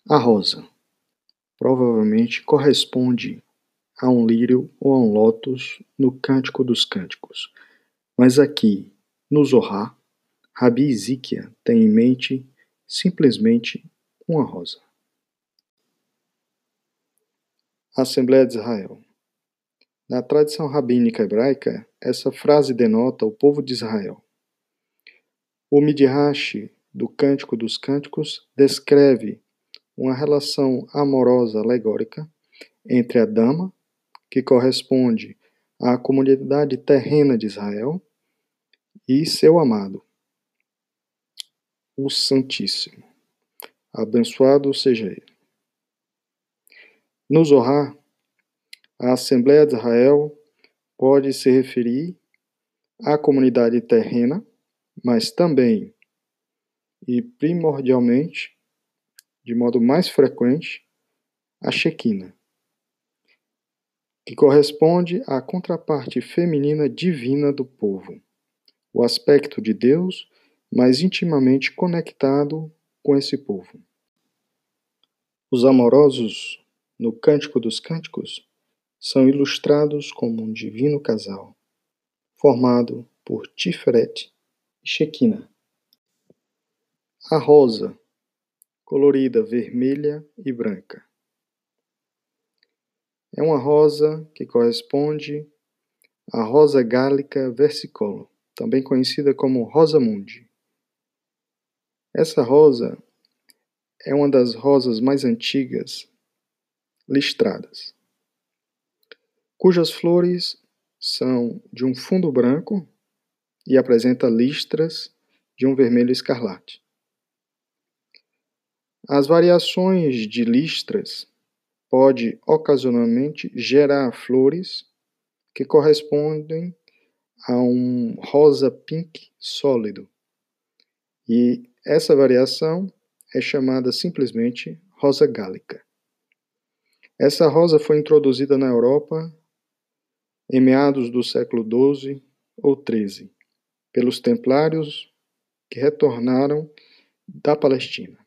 A rosa provavelmente corresponde a um lírio ou a um lótus no Cântico dos Cânticos, mas aqui, no Zohar, Rabi Ezequiel tem em mente simplesmente uma rosa. Assembleia de Israel. Na tradição rabínica hebraica, essa frase denota o povo de Israel. O Midrash do Cântico dos Cânticos descreve uma relação amorosa alegórica entre a dama, que corresponde à comunidade terrena de Israel, e seu amado, o Santíssimo. Abençoado seja ele. No Zohar, a Assembleia de Israel pode se referir à comunidade terrena, mas também e primordialmente, de modo mais frequente, a Shequina, que corresponde à contraparte feminina divina do povo, o aspecto de Deus mais intimamente conectado com esse povo. Os amorosos, no Cântico dos Cânticos, são ilustrados como um divino casal, formado por Tiferet e Shequina. A rosa, colorida vermelha e branca. É uma rosa que corresponde à rosa gálica versicolor, também conhecida como rosa mundi. Essa rosa é uma das rosas mais antigas listradas, cujas flores são de um fundo branco e apresenta listras de um vermelho escarlate. As variações de listras pode ocasionalmente gerar flores que correspondem a um rosa pink sólido. E essa variação é chamada simplesmente rosa gálica. Essa rosa foi introduzida na Europa em meados do século XII ou XIII, pelos templários que retornaram da Palestina.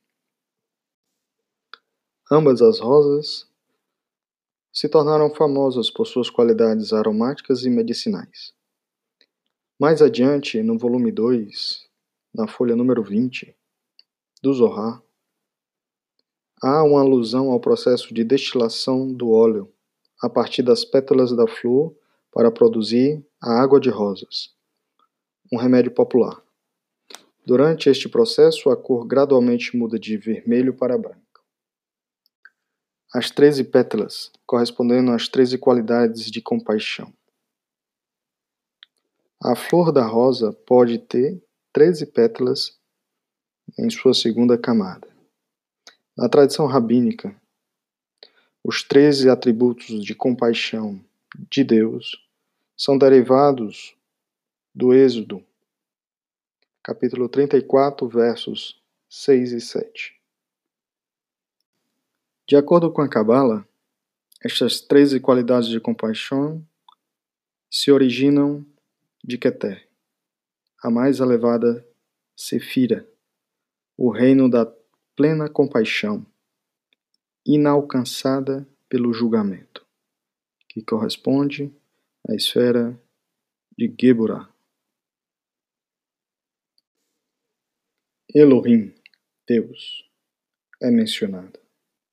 Ambas as rosas se tornaram famosas por suas qualidades aromáticas e medicinais. Mais adiante, no volume 2, na folha número 20, do Zohar, há uma alusão ao processo de destilação do óleo a partir das pétalas da flor para produzir a água de rosas, um remédio popular. Durante este processo, a cor gradualmente muda de vermelho para branco. As 13 pétalas, correspondendo às 13 qualidades de compaixão. A flor da rosa pode ter 13 pétalas em sua segunda camada. Na tradição rabínica, os 13 atributos de compaixão de Deus são derivados do Êxodo, capítulo 34, versos 6 e 7. De acordo com a Cabala, estas 13 qualidades de compaixão se originam de Keter, a mais elevada Sefira, o reino da plena compaixão, inalcançada pelo julgamento, que corresponde à esfera de Geburah. Elohim, Deus, é mencionado.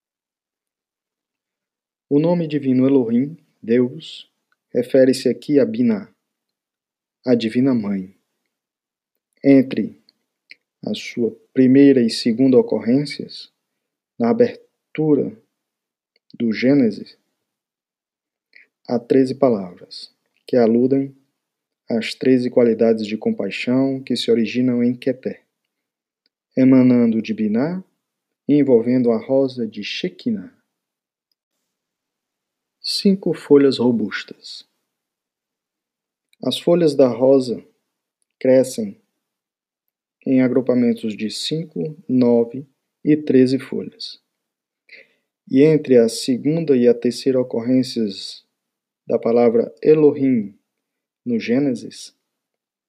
O nome divino Elohim, Deus, refere-se aqui a Binah, a Divina Mãe. Entre a sua primeira e segunda ocorrências, na abertura do Gênesis, há 13 palavras, que aludem às 13 qualidades de compaixão que se originam em Keter, emanando de Binah e envolvendo a rosa de Shequinah. 5 folhas robustas. As folhas da rosa crescem em agrupamentos de 5, 9 e 13 folhas. E entre a segunda e a terceira ocorrências da palavra Elohim no Gênesis,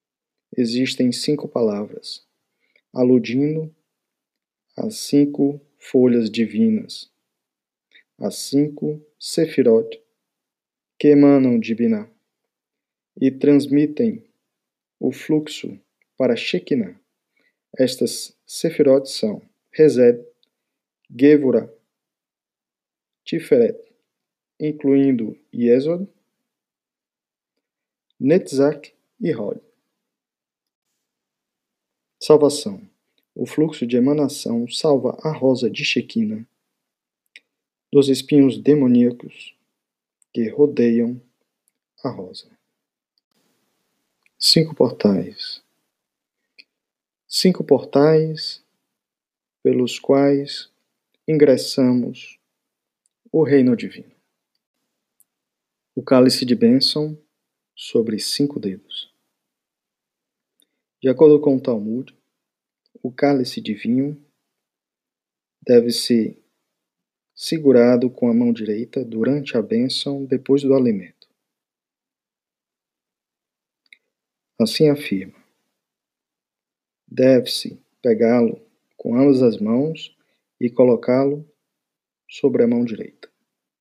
existem 5 palavras, aludindo às 5 folhas divinas, as 5 Sefirot que emanam de Binah e transmitem o fluxo para Shekinah. Estas Sefirot são Resed, Gevurah, Tiferet, incluindo Yesod, Netzach e Hod. Salvação. O fluxo de emanação salva a rosa de Shekinah dos espinhos demoníacos que rodeiam a rosa. 5 portais. 5 portais pelos quais ingressamos o reino divino. O cálice de bênção sobre 5 dedos. De acordo com o Talmud, o cálice de vinho deve ser segurado com a mão direita durante a bênção depois do alimento. Assim afirma. Deve-se pegá-lo com ambas as mãos e colocá-lo sobre a mão direita.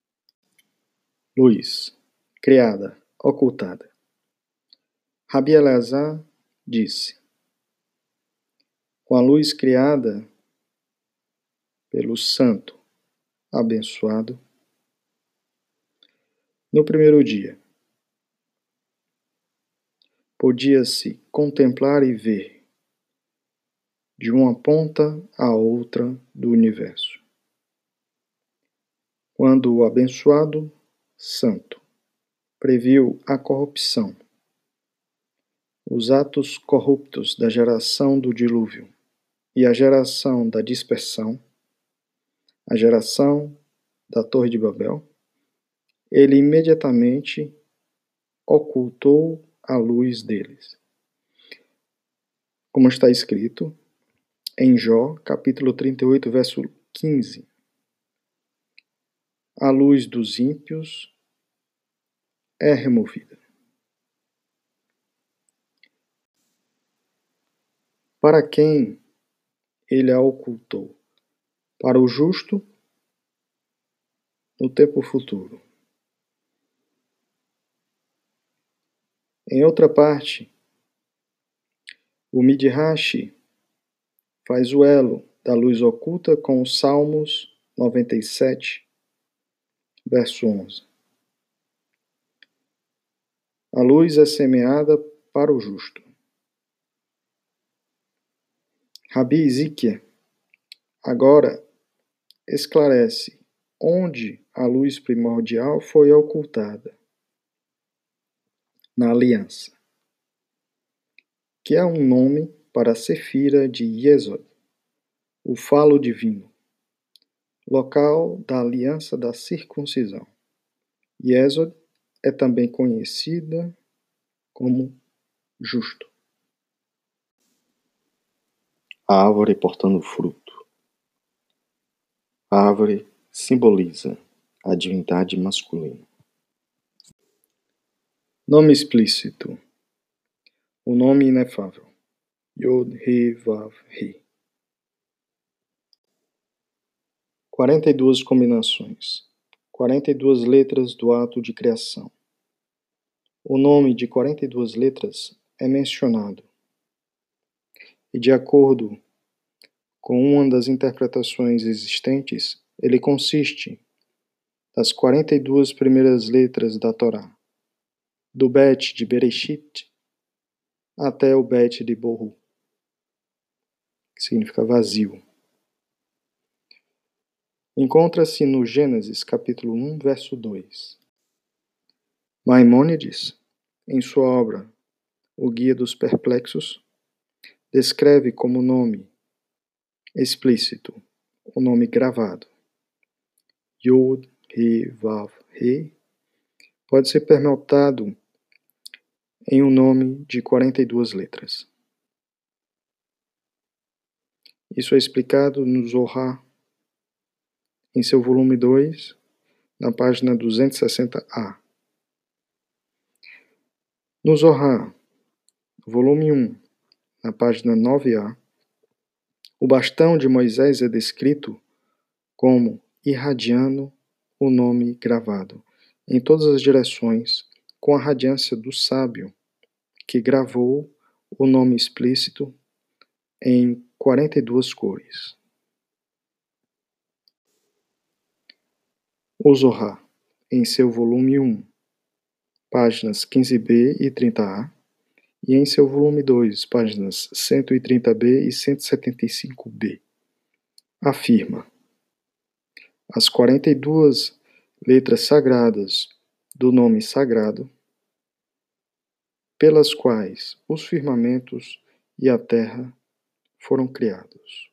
Luz, criada, ocultada. Rabi Eleazar disse: com a luz criada pelo santo abençoado, no primeiro dia, podia-se contemplar e ver de uma ponta à outra do universo. Quando o abençoado santo previu a corrupção, os atos corruptos da geração do dilúvio e a geração da dispersão, a geração da Torre de Babel, ele imediatamente ocultou a luz deles. Como está escrito em Jó, capítulo 38, verso 15. A luz dos ímpios é removida. Para quem ele a ocultou? Para o justo no tempo futuro. Em outra parte, o Midrash faz o elo da luz oculta com os Salmos 97, verso 11. A luz é semeada para o justo. Rabi Ezequiel agora esclarece onde a luz primordial foi ocultada. Na aliança, que é um nome para a Sefira de Yesod, o falo divino, local da aliança da circuncisão. Yesod é também conhecida como justo. A árvore portando fruto. A árvore simboliza a divindade masculina. Nome explícito. O nome inefável. Yod-He-Vav-He. 42 combinações. 42 letras do ato de criação. O nome de 42 letras é mencionado. E de acordo com uma das interpretações existentes, ele consiste das 42 primeiras letras da Torá, do Bet de Bereshit até o Bet de Boru, que significa vazio. Encontra-se no Gênesis, capítulo 1, verso 2. Maimônides, em sua obra O Guia dos Perplexos, descreve como nome explícito o nome gravado. Yod, He, Vav, He pode ser permutado em um nome de 42 letras. Isso é explicado no Zohar, em seu volume 2, na página 260a. No Zohar, volume 1, na página 9a, o bastão de Moisés é descrito como irradiando o nome gravado em todas as direções com a radiância do sábio, que gravou o nome explícito em 42 cores. O Zohar, em seu volume 1, páginas 15b e 30a, e em seu volume 2, páginas 130b e 175b, afirma: as 42 letras sagradas do nome sagrado, pelas quais os firmamentos e a terra foram criados.